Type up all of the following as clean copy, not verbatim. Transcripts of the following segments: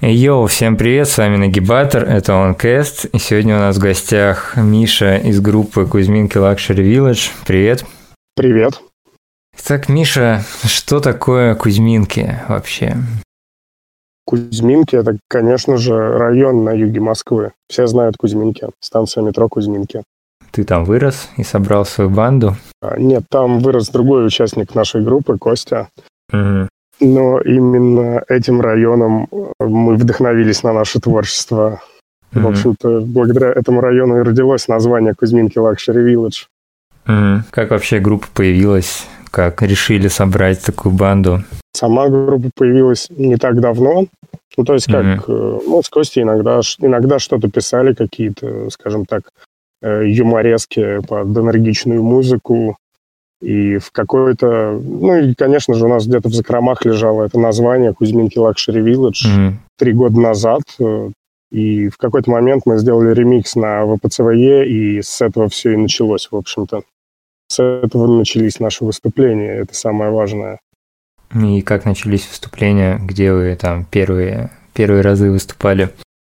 Йоу, всем привет, с вами Нагибатор, это OnCast, и сегодня у нас в гостях Миша из группы Кузьминки Luxury Village. Привет. Привет. Итак, Миша, что такое Кузьминки вообще? Кузьминки – это, конечно же, район на юге Москвы. Все знают Кузьминки, станция метро Кузьминки. Ты там вырос и собрал свою банду? Нет, там вырос другой участник нашей группы, Костя. Угу. Но именно этим районом мы вдохновились на наше творчество. В общем-то, благодаря этому району и родилось название Кузьминки Luxury Village. Как вообще группа появилась? Как решили собрать такую банду? Сама группа появилась не так давно. Ну, то есть, как с Костей иногда что-то писали, какие-то, скажем так, юморески под энергичную музыку. И в какой-то... Ну, и, конечно же, у нас где-то в закромах лежало это название Кузьминки Luxury Village 3 года назад. И в какой-то момент мы сделали ремикс на ВПЦВЕ, и с этого все и началось, в общем-то. С этого начались наши выступления, это самое важное. И как начались выступления? Где вы там первые разы выступали?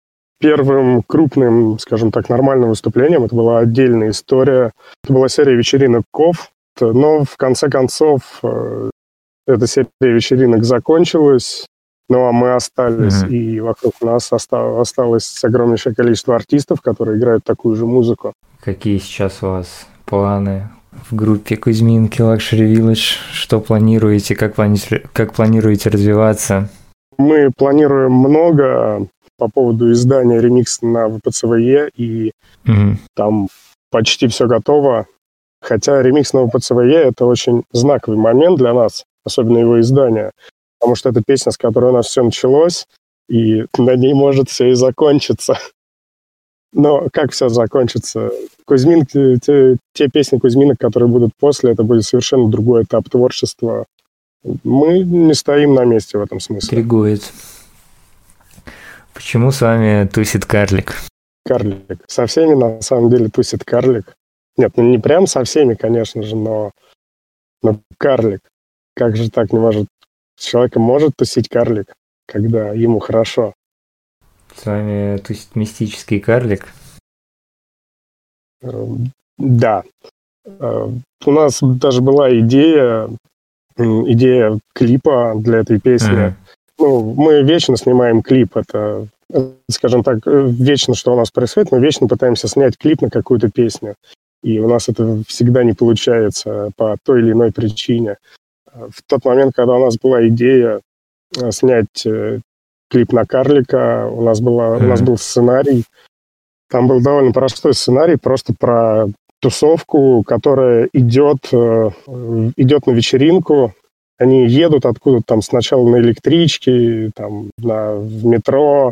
Первым крупным, скажем так, нормальным выступлением это была отдельная история. Это была серия вечеринок КОВ. Но в конце концов эта серия вечеринок закончилась, ну а мы остались, и вокруг нас осталось огромнейшее количество артистов, которые играют такую же музыку. Какие сейчас у вас планы в группе Кузьминки Luxury Village? Что планируете, как планируете развиваться? Мы планируем много по поводу издания ремикса на ВПЦВЕ, и там почти все готово. Хотя ремикс на ВПЦВЕ – это очень знаковый момент для нас, особенно его издание, потому что это песня, с которой у нас все началось, и на ней может все и закончиться. Но как все закончится? Кузьминки, те песни Кузьминок, которые будут после, это будет совершенно другой этап творчества. Мы не стоим на месте в этом смысле. Интригует. Почему с вами тусит Карлик? Карлик. Со всеми, на самом деле, тусит Карлик. Нет, ну не прям со всеми, конечно же, но Карлик. Как же так не может? С человеком может тусить Карлик, когда ему хорошо? С вами тусит мистический Карлик? Да. У нас даже была идея клипа для этой песни. Ну, мы вечно снимаем клип. Это, скажем так, вечно, что у нас происходит, мы вечно пытаемся снять клип на какую-то песню. И у нас это всегда не получается по той или иной причине. В тот момент, когда у нас была идея снять клип на Карлика, у нас был сценарий. Там был довольно простой сценарий, просто про тусовку, которая идет на вечеринку. Они едут откуда-то там сначала на электричке, там в метро.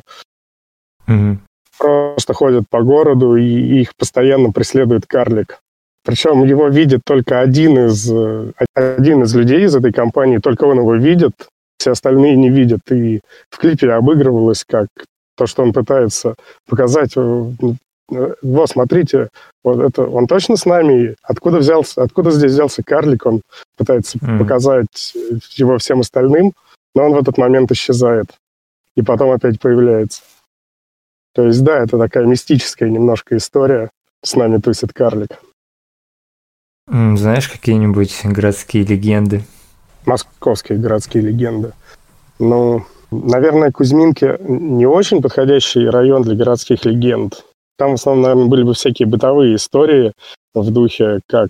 Просто ходят по городу, и их постоянно преследует Карлик. Причем его видит только один из людей из этой компании, только он его видит, все остальные не видят. И в клипе обыгрывалось как то, что он пытается показать. Вот, смотрите, вот это он точно с нами? Откуда здесь взялся Карлик? Он пытается показать его всем остальным, но он в этот момент исчезает. И потом опять появляется. То есть, да, это такая мистическая немножко история. С нами тусит Карлик. Знаешь какие-нибудь городские легенды? Московские городские легенды. Ну, наверное, Кузьминки не очень подходящий район для городских легенд. Там, в основном, наверное, были бы всякие бытовые истории в духе, как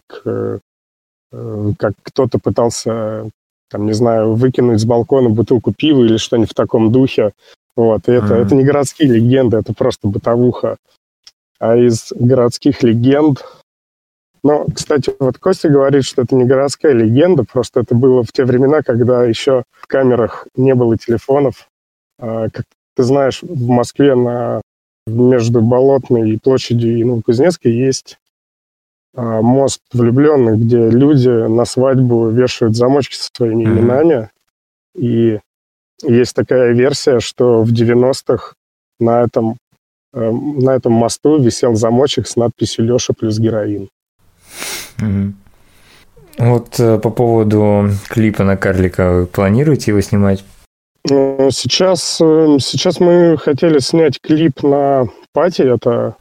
кто-то пытался, там, не знаю, выкинуть с балкона бутылку пива или что-нибудь в таком духе. Вот, и это не городские легенды, это просто бытовуха. А из городских легенд... Ну, кстати, вот Костя говорит, что это не городская легенда, просто это было в те времена, когда еще в камерах не было телефонов. Как ты знаешь, в Москве между Болотной и площадью Новокузнецкой есть мост влюбленных, где люди на свадьбу вешают замочки со своими именами. И есть такая версия, что в 90-х на этом мосту висел замочек с надписью «Леша плюс героин». Вот по поводу клипа на Карлика, вы планируете его снимать? Сейчас мы хотели снять клип на Пати. Это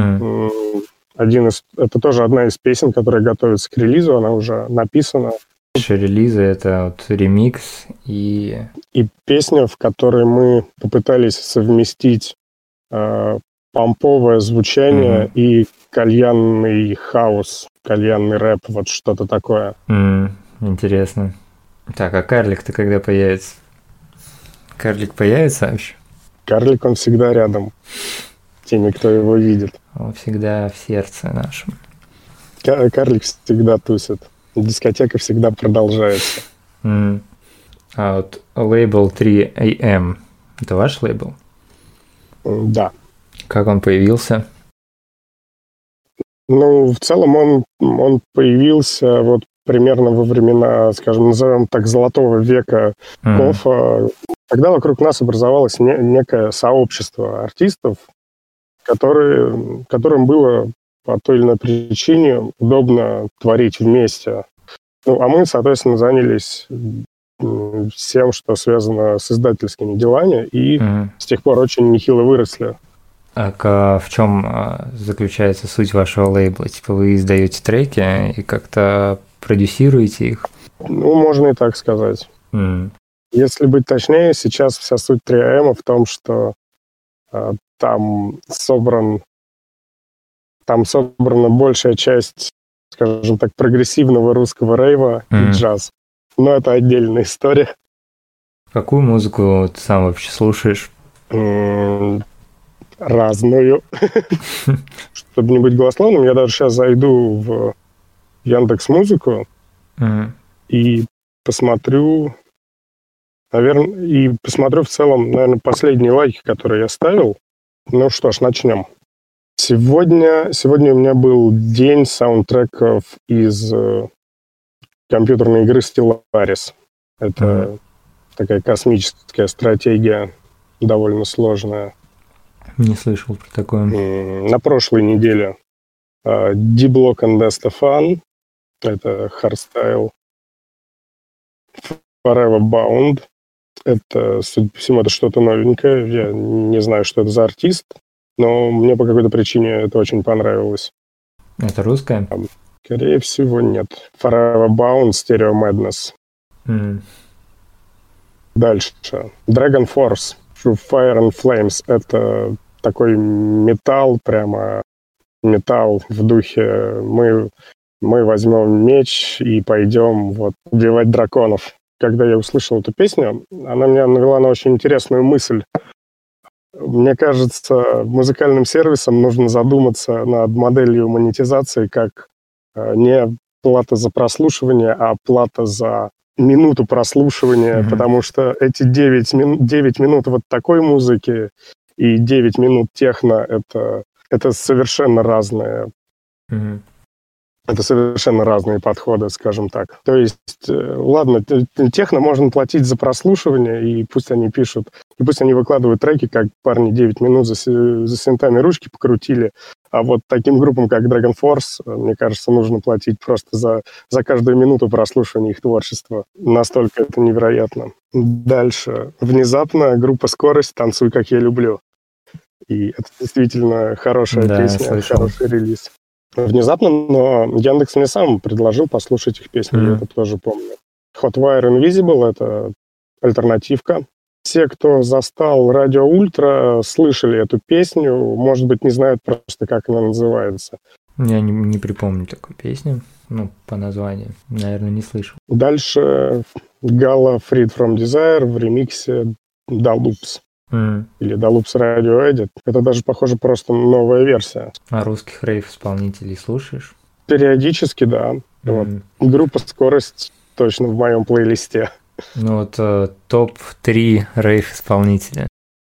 это тоже одна из песен, которая готовится к релизу. Она уже написана. Релизы — это вот ремикс и песня, в которой мы попытались совместить помповое звучание и кальянный хаус, кальянный рэп, вот что-то такое. Интересно. Так, а карлик-то когда появится? Карлик появится вообще? Карлик, он всегда рядом. Теми, кто его видит. Он всегда в сердце нашем. Карлик всегда тусит. Дискотека всегда продолжается. А вот лейбл 3AM — это ваш лейбл? Да. Как он появился? Ну, в целом он появился вот примерно во времена, скажем, назовем так, золотого века кофа, когда вокруг нас образовалось некое сообщество артистов, которым было по той или иной причине удобно творить вместе. Ну, а мы, соответственно, занялись всем, что связано с издательскими делами, и с тех пор очень нехило выросли. А в чем заключается суть вашего лейбла? Типа вы издаете треки и как-то продюсируете их? Ну, можно и так сказать. Если быть точнее, сейчас вся суть 3AM в том, что там собрана большая часть, скажем так, прогрессивного русского рейва и джаз. Но это отдельная история. Какую музыку ты сам вообще слушаешь? Разную. Чтобы не быть голословным, я даже сейчас зайду в Яндекс.Музыку и посмотрю, в целом, наверное, последние лайки, которые я ставил. Ну что ж, начнем. Сегодня у меня был день саундтреков из компьютерной игры Stellaris. Это такая космическая стратегия, довольно сложная. Не слышал про такое. На прошлой неделе D-Block and Estefan. Это Hardstyle. Forever Bound. Это, судя по всему, это что-то новенькое. Я не знаю, что это за артист, но мне по какой-то причине это очень понравилось. Это русское? Скорее всего, нет. Forever Bound, Stereo Madness. Дальше. Dragon Force, Through Fire and Flames. Это такой металл, прямо металл в духе мы возьмем меч и пойдем вот убивать драконов. Когда я услышал эту песню, она меня навела на очень интересную мысль. Мне кажется, музыкальным сервисам нужно задуматься над моделью монетизации как не плата за прослушивание, а плата за минуту прослушивания, потому что эти 9 минут вот такой музыки и 9 минут техно это совершенно разные. Это совершенно разные подходы, скажем так. То есть, ладно, техно можно платить за прослушивание, и пусть они пишут, и пусть они выкладывают треки, как парни 9 минут за синтами ручки покрутили, а вот таким группам, как Dragon Force, мне кажется, нужно платить просто за каждую минуту прослушивания их творчества. Настолько это невероятно. Дальше. Внезапно группа «Скорость» «Танцуй, как я люблю». И это действительно хорошая песня, слышал. Хороший релиз. Внезапно, но Яндекс мне сам предложил послушать их песни, я это тоже помню. Hotwire Invisible — это альтернативка. Те, кто застал Радио Ультра, слышали эту песню, может быть, не знают просто, как она называется. Я не припомню такую песню, по названию, наверное, не слышал. Дальше Gala Freed from Desire в ремиксе Daloops. Или Daloops Radio Edit. Это даже, похоже, просто новая версия. А русских рейв-исполнителей слушаешь? Периодически, да. Вот. Группа «Скорость» точно в моем плейлисте. Ну вот топ-3 рейв-исполнителя.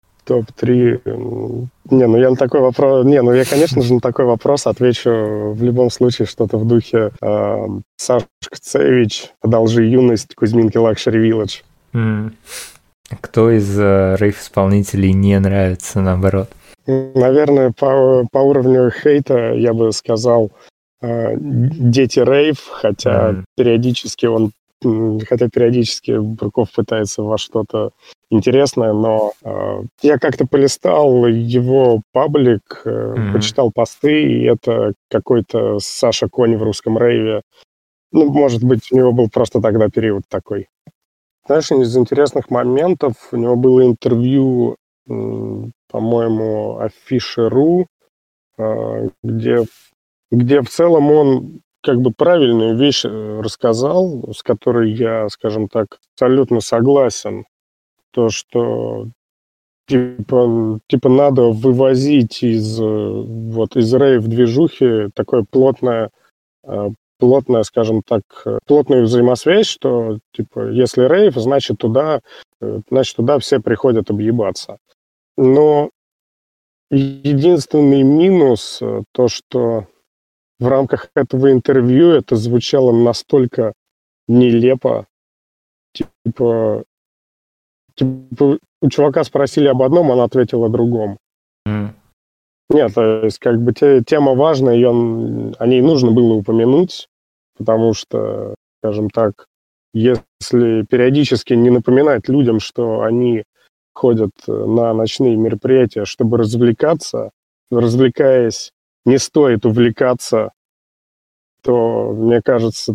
Топ-3... я на такой вопрос... я, конечно же, на такой вопрос отвечу в любом случае что-то в духе Сашка Цевич, «Одолжи юность», Кузьминки Luxury Village. Кто из рейв-исполнителей не нравится, наоборот? Наверное, по уровню хейта я бы сказал «Дети рейв», хотя периодически он хотя периодически Бурков пытается во что-то интересное, но я как-то полистал его паблик, почитал посты, и это какой-то Саша Конь в русском рейве. Ну, может быть, у него был просто тогда период такой. Знаешь, из интересных моментов у него было интервью, по-моему, Афише.ру, где в целом он как бы правильную вещь рассказал, с которой я, скажем так, абсолютно согласен. То, что типа надо вывозить из рейв-движухи такое плотное, скажем так, плотную взаимосвязь, что типа если рейв, значит туда все приходят объебаться. Но единственный минус то, что в рамках этого интервью это звучало настолько нелепо. Типа у чувака спросили об одном, он ответил о другом. Нет, то есть как бы тема важная, о ней нужно было упомянуть, потому что, скажем так, если периодически не напоминать людям, что они ходят на ночные мероприятия, чтобы развлекаться, развлекаясь, не стоит увлекаться, то, мне кажется,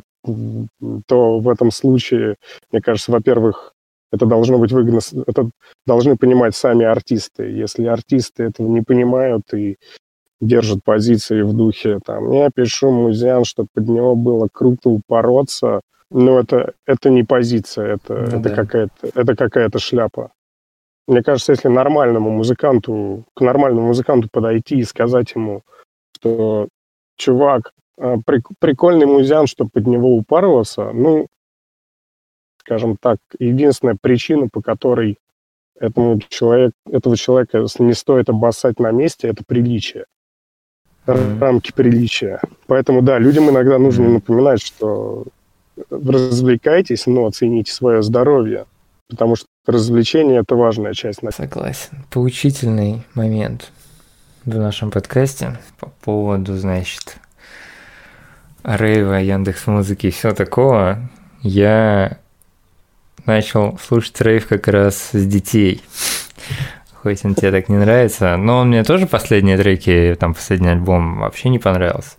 в этом случае, мне кажется, во-первых, это должно быть выгодно, это должны понимать сами артисты. Если артисты этого не понимают и держат позиции в духе, там, я пишу Музян, чтобы под него было круто упороться, но это не позиция, это какая-то шляпа. Мне кажется, если к нормальному музыканту подойти и сказать ему, что чувак, прикольный Музян, чтобы под него упарываться, ну, скажем так, единственная причина, по которой этого человека не стоит обоссать на месте, это приличие. Рамки приличия. Поэтому, да, людям иногда нужно напоминать, что развлекайтесь, но оцените свое здоровье, потому что развлечение – это важная часть. Согласен. Поучительный момент в нашем подкасте по поводу, значит, рейва, Яндекс.Музыки и все такого. Я начал слушать рейв как раз с детей. Хоть он тебе так не нравится, но он мне тоже последние треки, там последний альбом вообще не понравился.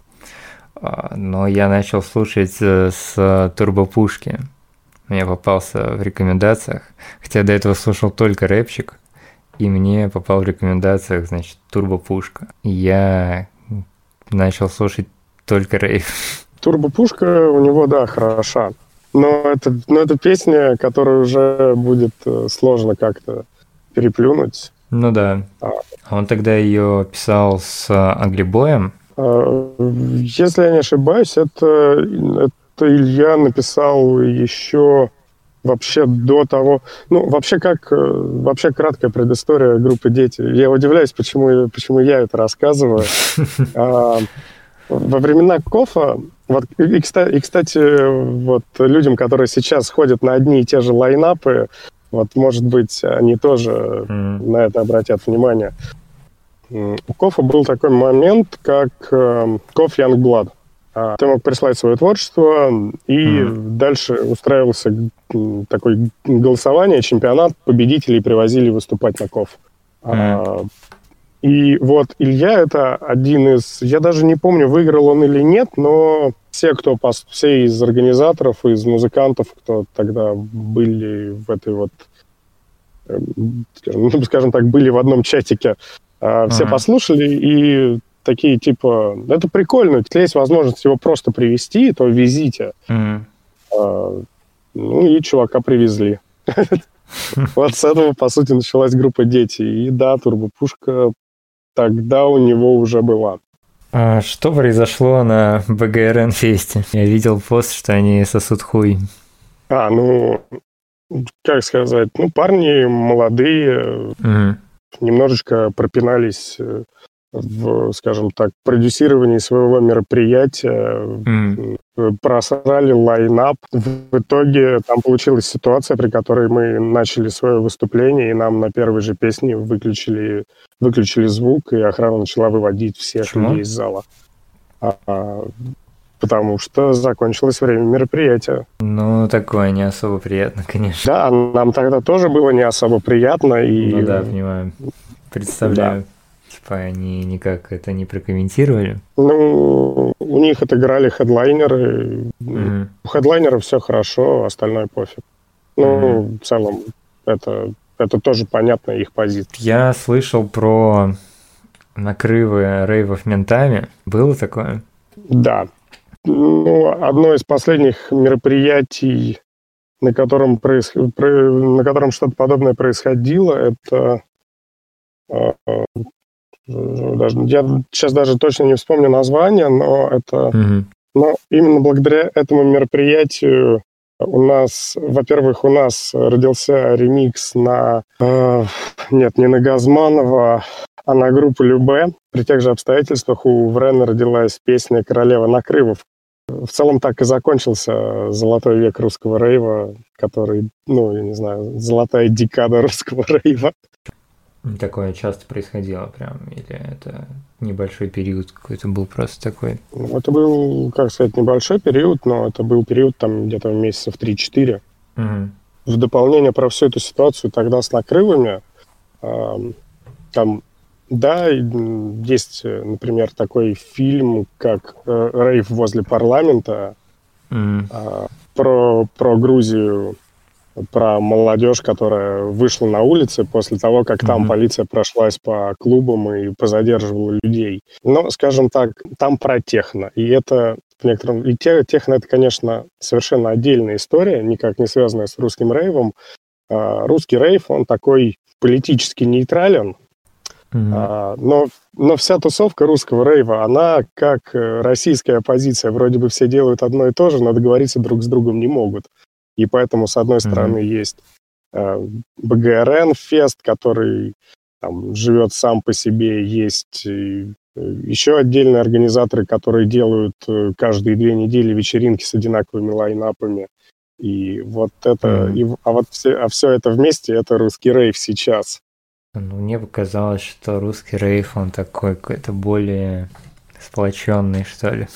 Но я начал слушать с Турбопушки. Мне попался в рекомендациях, хотя до этого слушал только рэпчик, и мне попал в рекомендациях, значит, Турбопушка. И я начал слушать только рейв. Турбопушка у него, да, хороша. Но это песня, которую уже будет сложно как-то переплюнуть. Ну да. Он тогда ее писал с Аглибоем. Если я не ошибаюсь, это Илья написал еще вообще до того... Ну, вообще краткая предыстория группы «Дети». Я удивляюсь, почему я это рассказываю. Во времена Кофа, и, кстати, вот людям, которые сейчас ходят на одни и те же лайнапы, вот, может быть, они тоже на это обратят внимание. У Кофа был такой момент, как Коф Youngblood. Ты мог прислать свое творчество, и дальше устраивался такое голосование, чемпионат, победителей привозили выступать на Коф. И вот Илья — это один из... Я даже не помню, выиграл он или нет, но все из организаторов, из музыкантов, кто тогда были в этой вот... Скажем так, были в одном чатике, все послушали и такие, типа, это прикольно, если есть возможность его просто привезти, то везите. Ну и чувака привезли. Вот с этого, по сути, началась группа «Дети». И да, Турбопушка тогда у него уже была. А что произошло на БГРН-фесте? Я видел пост, что они сосут хуй. Как сказать, парни молодые, немножечко пропинались в, скажем так, продюсировании своего мероприятия, просрали лайнап. В итоге там получилась ситуация, при которой мы начали свое выступление, и нам на первой же песне выключили звук, и охрана начала выводить всех людей из зала. потому что закончилось время мероприятия. Ну, такое не особо приятно, конечно. Да, нам тогда тоже было не особо приятно. И... Ну да, понимаю. Представляю. Да. Типа они никак это не прокомментировали? Ну, у них отыграли хедлайнеры. У хедлайнеров все хорошо, остальное пофиг. Ну, в целом, это тоже понятно, их позиция. Я слышал про накрывы рейвов ментами. Было такое? Да. Ну, одно из последних мероприятий, на котором что-то подобное происходило, это... Я сейчас даже точно не вспомню название, но это... Но именно благодаря этому мероприятию у нас родился ремикс на... Нет, не на Газманова, а на группу Любэ. При тех же обстоятельствах у Врена родилась песня «Королева накрывов». В целом так и закончился золотой век русского рейва, который, ну, я не знаю, золотая декада русского рейва. Такое часто происходило прям, или это небольшой период какой-то был просто такой? Это был, как сказать, небольшой период, но это был период там где-то месяцев 3-4. В дополнение про всю эту ситуацию тогда с накрывами, там, да, есть, например, такой фильм, как «Рейв возле парламента», про Грузию, про молодежь, которая вышла на улицы после того, как там полиция прошлась по клубам и позадерживала людей. Но, скажем так, там про техно. И это в некотором... И техно — это, конечно, совершенно отдельная история, никак не связанная с русским рейвом. Русский рейв, он такой политически нейтрален, но вся тусовка русского рейва, она как российская оппозиция. Вроде бы все делают одно и то же, но договориться друг с другом не могут. И поэтому, с одной стороны, есть БГРН-фест, который там живет сам по себе, есть еще отдельные организаторы, которые делают каждые 2 недели вечеринки с одинаковыми лайнапами. И вот это, все это вместе, это русский рейв сейчас. Ну, мне показалось, что русский рейв, он такой какой-то более сплоченный, что ли,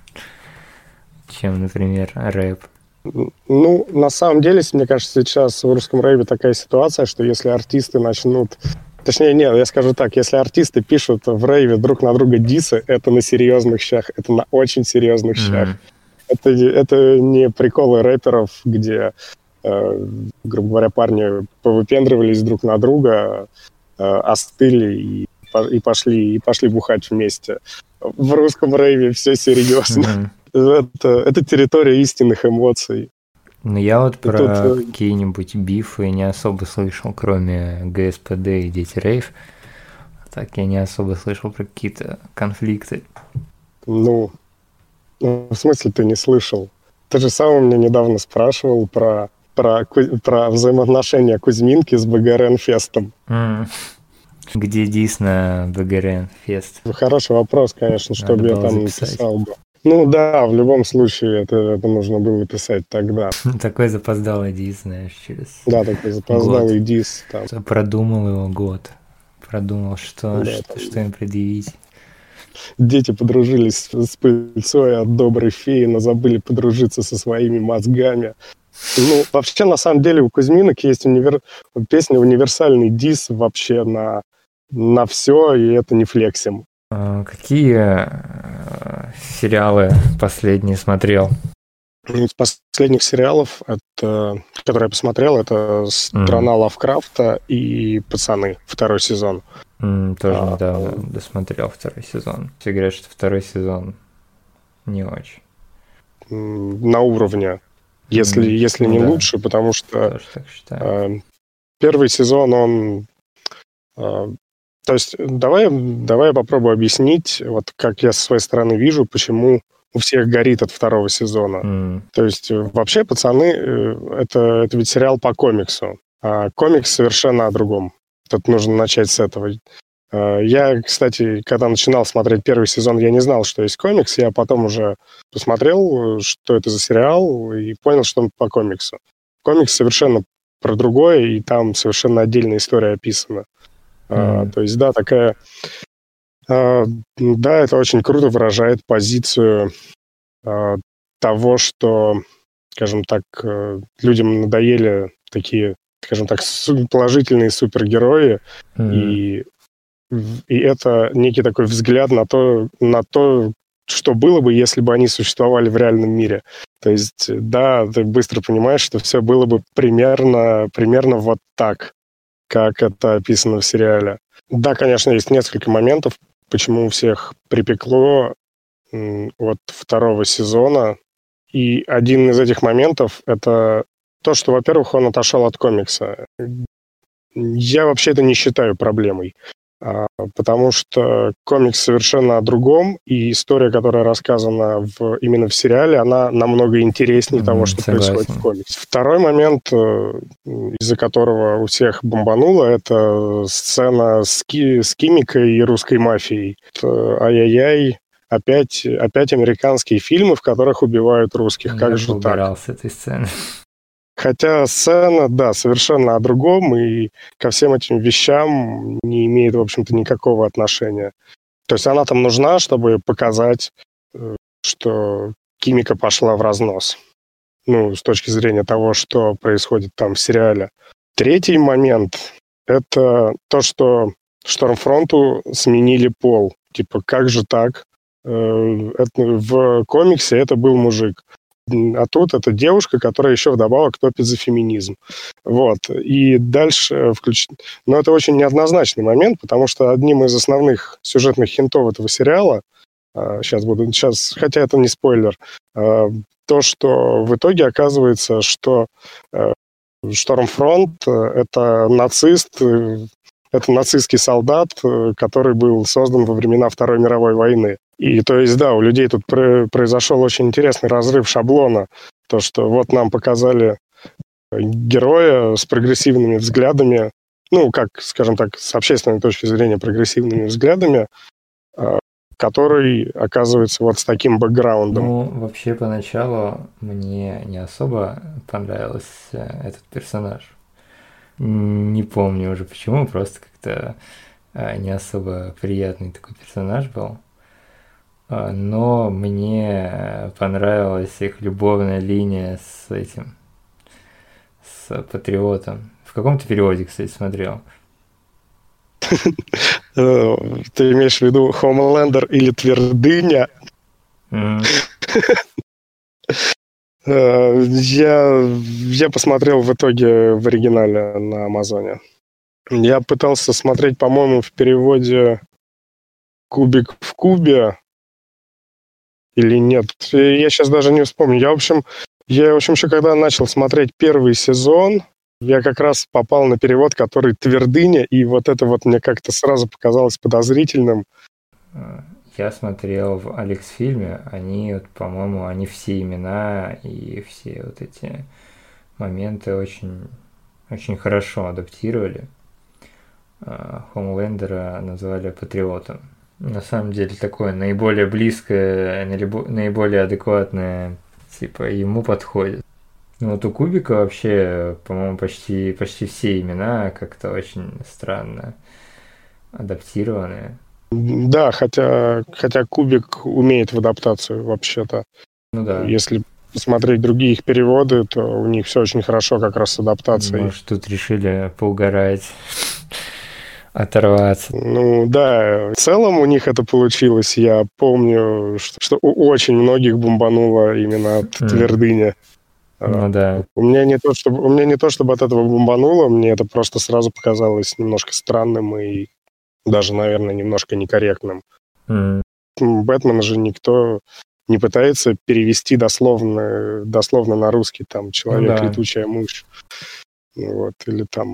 чем, например, рэп. Ну, на самом деле, мне кажется, сейчас в русском рейве такая ситуация, что если артисты начнут... Точнее, нет, я скажу так, если артисты пишут в рейве друг на друга дисы, это на серьезных щах, это на очень серьезных щах. Это не приколы рэперов, где, грубо говоря, парни повыпендривались друг на друга, остыли и пошли бухать вместе. В русском рейве все серьезно. Это территория истинных эмоций. Ну, я вот про какие-нибудь бифы не особо слышал, кроме ГСПД и Дети Рейв. Так, я не особо слышал про какие-то конфликты. Ну, в смысле ты не слышал? Ты же сам у меня недавно спрашивал про взаимоотношения Кузьминки с БГРН-фестом. Где дис на БГРН-фест? Хороший вопрос, конечно, чтобы я там написал бы. Ну да, в любом случае это нужно было писать тогда. Такой запоздалый дис, знаешь, через Да, такой запоздалый дис. Там. Продумал его год. Продумал, что им предъявить. Дети подружились с пыльцой от доброй феи, но забыли подружиться со своими мозгами. Ну, вообще, на самом деле, у Кузьминок есть песня «Универсальный дис» вообще на все, и это не флексим. Какие сериалы последние смотрел? Из последних сериалов, которые я посмотрел, это «Страна Лавкрафта» и «Пацаны», 2 сезон. Тоже недавно досмотрел 2 сезон. Все говорят, что 2 сезон не очень. На уровне, если не лучше, потому что первый сезон, он... То есть давай я попробую объяснить, вот как я со своей стороны вижу, почему у всех горит от 2 сезона. То есть вообще «Пацаны» это ведь сериал по комиксу, а комикс совершенно о другом. Тут нужно начать с этого. Я, кстати, когда начинал смотреть 1 сезон, я не знал, что есть комикс. Я потом уже посмотрел, что это за сериал, и понял, что он по комиксу. Комикс совершенно про другое, и там совершенно отдельная история описана. То есть, да, такая... Да, это очень круто выражает позицию того, что, скажем так, людям надоели такие, скажем так, положительные супергерои, и это некий такой взгляд на то, что было бы, если бы они существовали в реальном мире. То есть, да, ты быстро понимаешь, что все было бы примерно вот так, как это описано в сериале. Да, конечно, есть несколько моментов, почему у всех припекло от второго сезона. И один из этих моментов — это то, что, во-первых, он отошел от комикса. Я вообще это не считаю проблемой, потому что комикс совершенно о другом, и история, которая рассказана именно в сериале, она намного интереснее того, что происходит в комиксе. Второй момент, из-за которого у всех бомбануло, это сцена с Кимикой и русской мафией. Ай-яй-яй, опять американские фильмы, в которых убивают русских. Как же так? С этой сцены. Хотя сцена, да, совершенно о другом, и ко всем этим вещам не имеет, в общем-то, никакого отношения. То есть она там нужна, чтобы показать, что Кимика пошла в разнос. Ну, с точки зрения того, что происходит там в сериале. Третий момент — это то, что Штормфронту сменили пол. Типа, как же так? В комиксе это был мужик. А тут это девушка, которая еще вдобавок топит за феминизм. Вот. И дальше Но это очень неоднозначный момент, потому что одним из основных сюжетных хинтов этого сериала, хотя это не спойлер, то, что в итоге оказывается, что Штормфронт — это нацист, это нацистский солдат, который был создан во времена Второй мировой войны. И то есть, да, у людей тут произошел очень интересный разрыв шаблона. То, что вот нам показали героя с прогрессивными взглядами, ну, как, скажем так, с общественной точки зрения прогрессивными взглядами, который оказывается вот с таким бэкграундом. Ну, вообще, поначалу мне не особо понравился этот персонаж. Не помню уже почему, просто как-то не особо приятный такой персонаж был. Но мне понравилась их любовная линия с Патриотом. В каком ты переводе, кстати, смотрел? Ты имеешь в виду Homelander или Твердыня? Я посмотрел в итоге в оригинале на Амазоне. Я пытался смотреть, по-моему, в переводе «Кубик в кубе» или нет. Я сейчас даже не вспомню. Я, в общем, еще когда начал смотреть первый сезон, я как раз попал на перевод, который «Твердыня», и вот это вот мне как-то сразу показалось подозрительным. Я смотрел в Алекс-фильме, по-моему, они все имена и все вот эти моменты очень, очень хорошо адаптировали. Хомлендера назвали патриотом. На самом деле такое наиболее близкое, наиболее адекватное, типа, ему подходит. Ну вот у Кубика вообще, по-моему, почти все имена как-то очень странно адаптированы. Да, хотя Кубик умеет в адаптацию вообще-то. Ну да. Если посмотреть другие их переводы, то у них все очень хорошо как раз с адаптацией. Может, тут решили поугарать, оторваться. Ну да, в целом у них это получилось. Я помню, что у очень многих бомбануло именно от Твердыни. Ну да. У меня не то, чтобы от этого бомбануло, мне это просто сразу показалось немножко странным и даже, наверное, немножко некорректным. Бэтмена же никто не пытается перевести дословно на русский, там, человек, летучая мышь. Вот, или там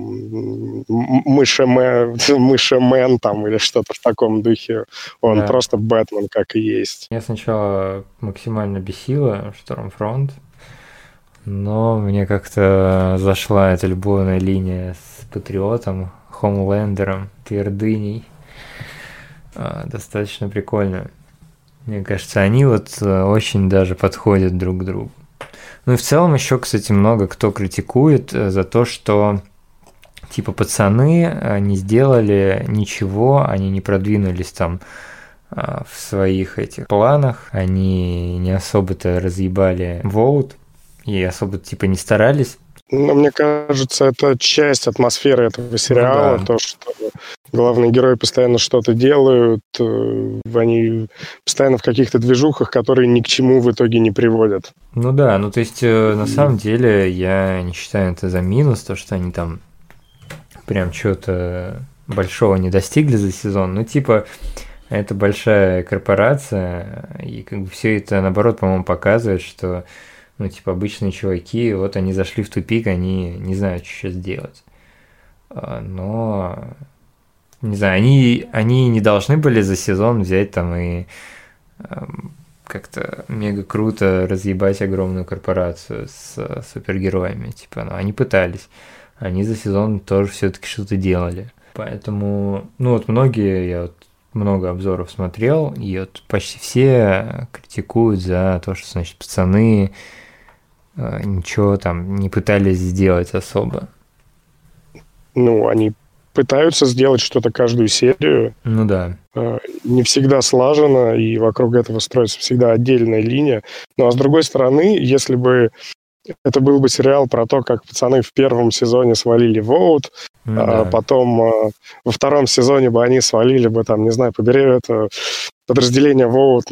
мышемен там, или что-то в таком духе. Он просто Бэтмен, как и есть. Меня сначала максимально бесило Штормфронт, но мне как-то зашла эта любовная линия с Патриотом, Хомлендером, Твердыней. Достаточно прикольно. Мне кажется, они вот очень даже подходят друг к другу. Ну и в целом еще, кстати, много кто критикует за то, что типа пацаны не сделали ничего, они не продвинулись там в своих этих планах. Они не особо-то разъебали Vote и особо типа не старались. Но мне кажется, это часть атмосферы этого сериала, да. То, что главные герои постоянно что-то делают, они постоянно в каких-то движухах, которые ни к чему в итоге не приводят. Ну да, то есть на самом деле я не считаю это за минус, то, что они там прям чего-то большого не достигли за сезон. Типа, это большая корпорация, и как бы все это, наоборот, по-моему, показывает, что, типа, обычные чуваки, вот они зашли в тупик, они не знают, что сейчас делать. Но, не знаю, они не должны были за сезон взять там и как-то мега круто разъебать огромную корпорацию с супергероями. Типа, они пытались. Они за сезон тоже все-таки что-то делали. Поэтому, многие, я много обзоров смотрел, и почти все критикуют за то, что, значит, пацаны ничего там не пытались сделать особо. Они пытаются сделать что-то каждую серию. Ну да. Не всегда слаженно, и вокруг этого строится всегда отдельная линия. Ну, а с другой стороны, если бы это был бы сериал про то, как пацаны в первом сезоне свалили Vote, потом во втором сезоне бы они свалили бы, там, не знаю, это подразделение Vote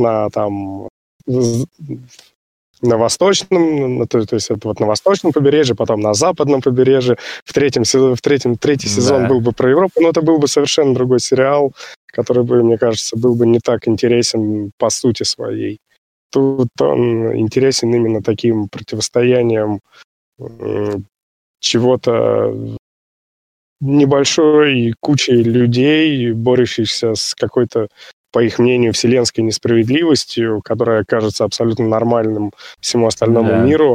на восточном, то есть это на восточном побережье, потом на западном побережье. Третий сезон был бы про Европу, но это был бы совершенно другой сериал, который бы, мне кажется, был бы не так интересен по сути своей. Тут он интересен именно таким противостоянием чего-то небольшой кучей людей, борющихся с какой-то, по их мнению, вселенской несправедливостью, которая кажется абсолютно нормальным всему остальному миру.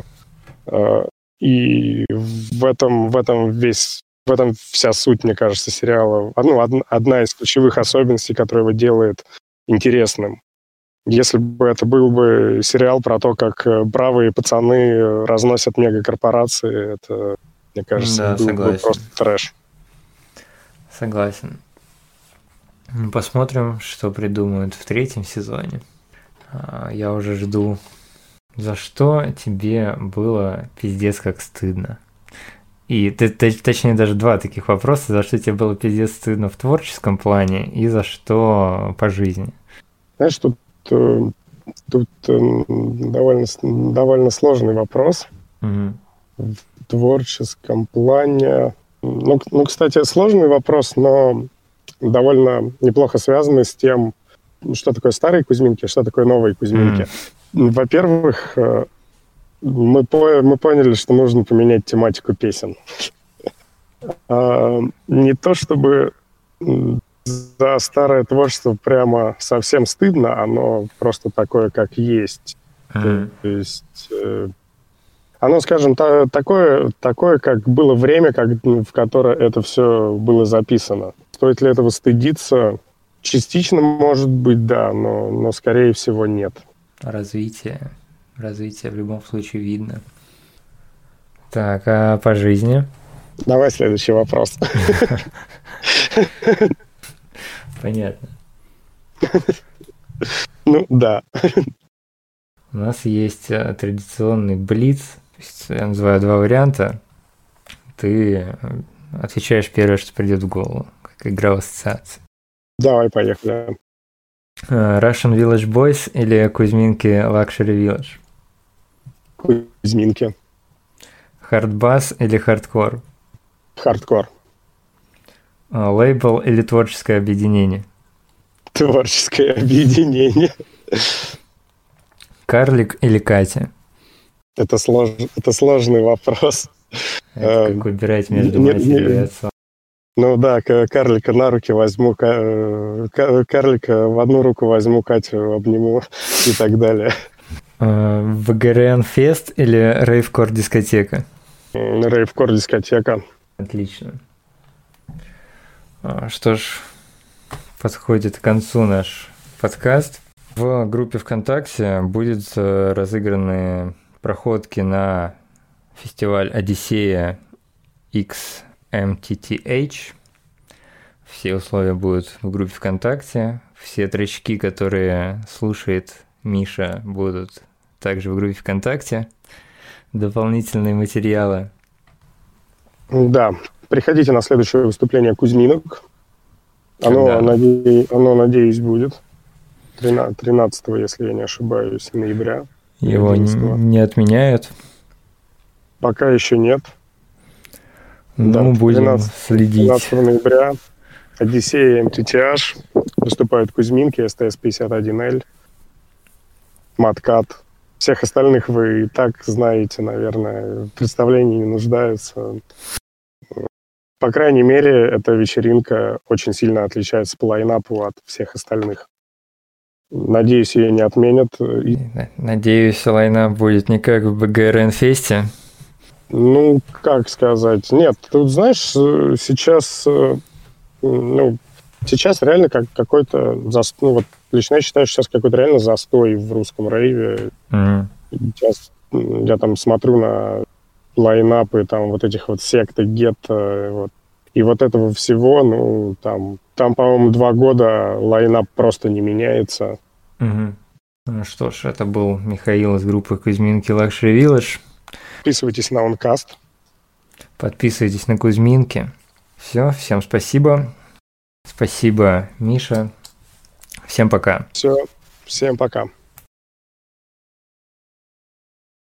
И в этом вся суть, мне кажется, сериала. Одна из ключевых особенностей, которая его делает интересным. Если бы это был бы сериал про то, как бравые пацаны разносят мегакорпорации, это, мне кажется, был бы просто трэш. Согласен. Посмотрим, что придумают в третьем сезоне. Я уже жду. За что тебе было пиздец как стыдно? И точнее даже два таких вопроса. За что тебе было пиздец стыдно в творческом плане и за что по жизни? Знаешь, тут довольно сложный вопрос. В творческом плане. Кстати, сложный вопрос, но довольно неплохо связанный с тем, что такое старые Кузьминки, что такое новые Кузьминки. Во-первых, мы поняли, что нужно поменять тематику песен. Не то чтобы за старое творчество прямо совсем стыдно, оно просто такое, как есть. То есть оно, скажем, такое, как было время, в которое это все было записано. Стоит ли этого стыдиться? Частично, может быть, да, но скорее всего, нет. Развитие в любом случае видно. Так, а по жизни? Давай следующий вопрос. Понятно. Да. У нас есть традиционный блиц. То есть я называю два варианта. Ты отвечаешь первое, что придет в голову, как игра в ассоциации. Давай, поехали. Russian Village Boys или Кузьминки Luxury Village? Кузьминки. Хардбас или хардкор? Хардкор. Лейбл или творческое объединение? Творческое объединение. Карлик или Катя? Это сложный вопрос. Это как выбирать между матерью и отцом. Да, карлика на руки возьму, карлика в одну руку возьму, Катю обниму и так далее. ВГРН Фест или Рейвкор дискотека? Рейвкор дискотека. Отлично. Что ж, подходит к концу наш подкаст. В группе ВКонтакте будут разыграны проходки на фестиваль Одиссея XMTTH. Все условия будут в группе ВКонтакте. Все тречки, которые слушает Миша, будут также в группе ВКонтакте. Дополнительные материалы. Да, приходите на следующее выступление Кузьминок. Оно, надеюсь, будет 13, если я не ошибаюсь, ноября. Его 11. не отменяют? Пока еще нет. Ну, да, будем следить. 13 ноября Одиссея, МТТH, выступают Кузьминки, СТС-51Л, Маткат. Всех остальных вы и так знаете, наверное, представления не нуждаются. По крайней мере, эта вечеринка очень сильно отличается по лайнапу от всех остальных. Надеюсь, ее не отменят. Надеюсь, лайнап будет не как в БГРН-фесте. Ну, как сказать? Нет, тут, знаешь, сейчас реально как какой-то застой. Вот лично я считаю, что сейчас какой-то реально застой в русском рейве. Mm-hmm. Сейчас я там смотрю на лайнапы там вот этих вот секты, гетто, вот. И вот этого всего, ну, там, по-моему, 2 года лайнап просто не меняется. Mm-hmm. Ну что ж, это был Михаил из группы Кузьминки Luxury Village. Подписывайтесь на OnCast. Подписывайтесь на Кузьминки. Все, всем спасибо. Спасибо, Миша. Всем пока. Все, всем пока.